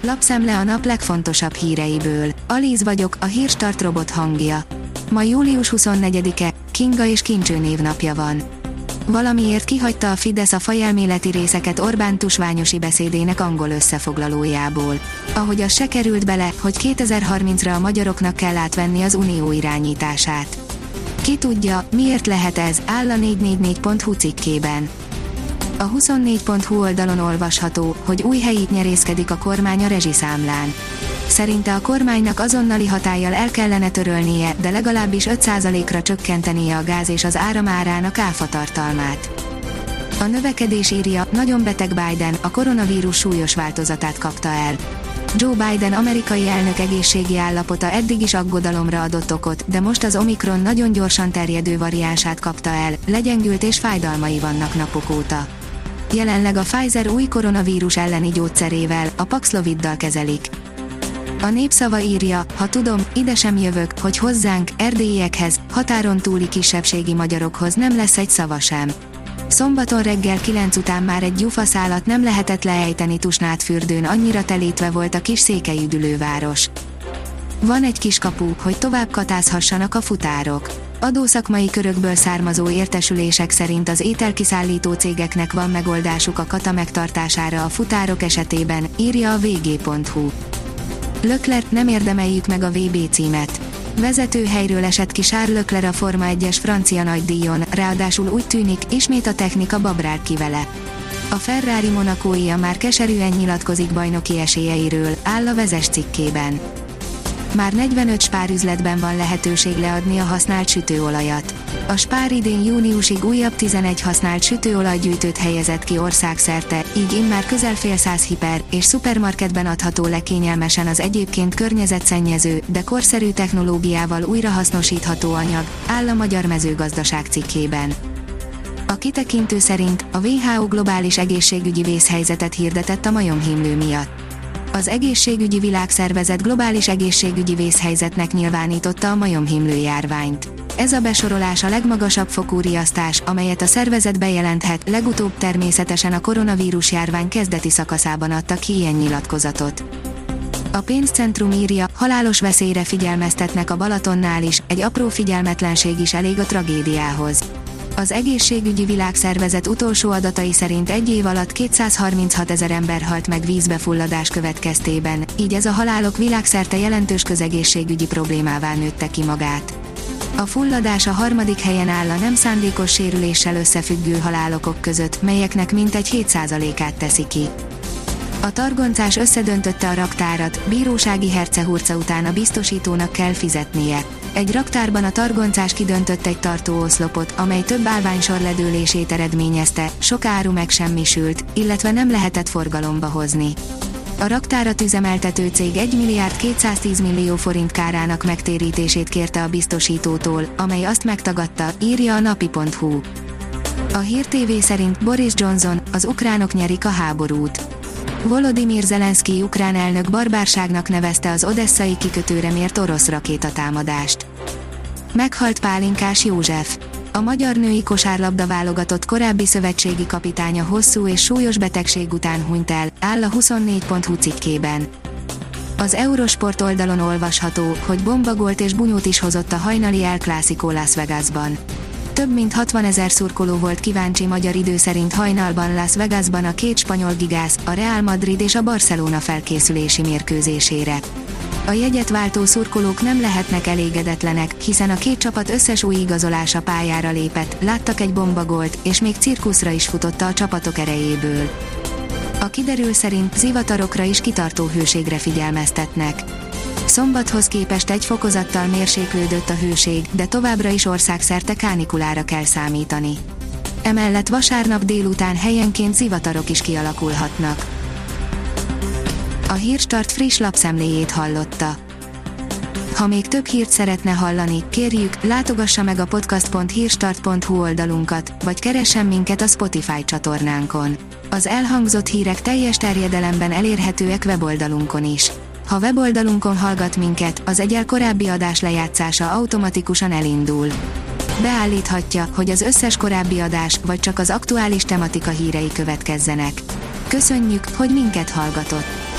Lapszemle a nap legfontosabb híreiből. Alíz vagyok, a Hírstart robot hangja. Ma július 24-e, Kinga és Kincső névnapja van. Valamiért kihagyta a Fidesz a fajelméleti részeket Orbán tusványosi beszédének angol összefoglalójából. Ahogy az se került bele, hogy 2030-ra a magyaroknak kell átvenni az unió irányítását. Ki tudja, miért lehet ez, áll a 444.hu cikkében. A 24.hu oldalon olvasható, hogy új helyi nyerészkedik a kormány a rezsiszámlán. Szerinte a kormánynak azonnali hatállyal el kellene törölnie, de legalábbis 5%-ra csökkentenie a gáz és az áram árának áfa tartalmát. A növekedés írja, nagyon beteg Biden, a koronavírus súlyos változatát kapta el. Joe Biden amerikai elnök egészségi állapota eddig is aggodalomra adott okot, de most az Omikron nagyon gyorsan terjedő variánsát kapta el, legyengült és fájdalmai vannak napok óta. Jelenleg a Pfizer új koronavírus elleni gyógyszerével, a Paxloviddal kezelik. A Népszava írja, ha tudom, ide sem jövök, hogy hozzánk, erdélyiekhez, határon túli kisebbségi magyarokhoz nem lesz egy szava sem. Szombaton reggel 9 után már egy gyufaszálat nem lehetett leejteni Tusnádfürdőn, annyira telítve volt a kis székelyüdülőváros. Van egy kis kapu, hogy tovább katázhassanak a futárok. Adószakmai körökből származó értesülések szerint az ételkiszállító cégeknek van megoldásuk a kata megtartására a futárok esetében, írja a vg.hu. Leclerc, nem érdemeljük meg a VB címet. Vezetőhelyről esett ki Charles Leclerc a Forma 1-es francia nagydíjon, ráadásul úgy tűnik, ismét a technika babrál ki vele. A Ferrari monakóia már keserűen nyilatkozik bajnoki esélyeiről, áll a Vezes cikkében. Már 45 Spar üzletben van lehetőség leadni a használt sütőolajat. A Spar idén júniusig újabb 11 használt sütőolajgyűjtőt helyezett ki országszerte, így immár közel fél száz hiper- és szupermarketben adható le kényelmesen az egyébként környezetszennyező, de korszerű technológiával újrahasznosítható anyag, áll a Magyar Mezőgazdaság cikkében. A kitekintő szerint a WHO globális egészségügyi vészhelyzetet hirdetett a majomhimlő miatt. Az Egészségügyi Világszervezet globális egészségügyi vészhelyzetnek nyilvánította a majomhimlő járványt. Ez a besorolás a legmagasabb fokú riasztás, amelyet a szervezet bejelenthet, legutóbb természetesen a koronavírus járvány kezdeti szakaszában adtak ki ilyen nyilatkozatot. A Pénzcentrum írja, halálos veszélyre figyelmeztetnek a Balatonnál is, egy apró figyelmetlenség is elég a tragédiához. Az Egészségügyi Világszervezet utolsó adatai szerint egy év alatt 236 000 ember halt meg vízbefulladás következtében, így ez a halálok világszerte jelentős közegészségügyi problémává nőtte ki magát. A fulladás a harmadik helyen áll a nem szándékos sérüléssel összefüggő halálokok között, melyeknek mintegy 7%-át teszi ki. A targoncás összedöntötte a raktárat, bírósági hercehurca után a biztosítónak kell fizetnie. Egy raktárban a targoncás kidöntött egy tartóoszlopot, amely több állványsor ledőlését eredményezte, sok áru megsemmisült, illetve nem lehetett forgalomba hozni. A raktárat üzemeltető cég 1 milliárd 210 millió forint kárának megtérítését kérte a biztosítótól, amely azt megtagadta, írja a napi.hu. A Hír TV szerint Boris Johnson, az ukránok nyerik a háborút. Volodymyr Zelenszkij ukrán elnök barbárságnak nevezte az odesszai kikötőre mért orosz rakétatámadást. Meghalt Pálinkás József. A magyar női kosárlabda válogatott korábbi szövetségi kapitánya hosszú és súlyos betegség után hunyt el, áll a 24.hu cikkében. Az Eurosport oldalon olvasható, hogy bombagolt és bunyót is hozott a hajnali El Clásico Las Vegasban. Több mint 60 000 szurkoló volt kíváncsi magyar idő szerint hajnalban Las Vegasban a két spanyol gigász, a Real Madrid és a Barcelona felkészülési mérkőzésére. A jegyet váltó szurkolók nem lehetnek elégedetlenek, hiszen a két csapat összes új igazolása pályára lépett, láttak egy bombagolt, és még cirkuszra is futotta a csapatok erejéből. A kiderül szerint zivatarokra is kitartó hőségre figyelmeztetnek. Szombathoz képest egy fokozattal mérséklődött a hőség, de továbbra is országszerte kánikulára kell számítani. Emellett vasárnap délután helyenként zivatarok is kialakulhatnak. A Hírstart friss lapszemléjét hallotta. Ha még több hírt szeretne hallani, kérjük, látogassa meg a podcast.hírstart.hu oldalunkat, vagy keressen minket a Spotify csatornánkon. Az elhangzott hírek teljes terjedelemben elérhetőek weboldalunkon is. Ha weboldalunkon hallgat minket, az egyel korábbi adás lejátszása automatikusan elindul. Beállíthatja, hogy az összes korábbi adás, vagy csak az aktuális tematika hírei következzenek. Köszönjük, hogy minket hallgatott!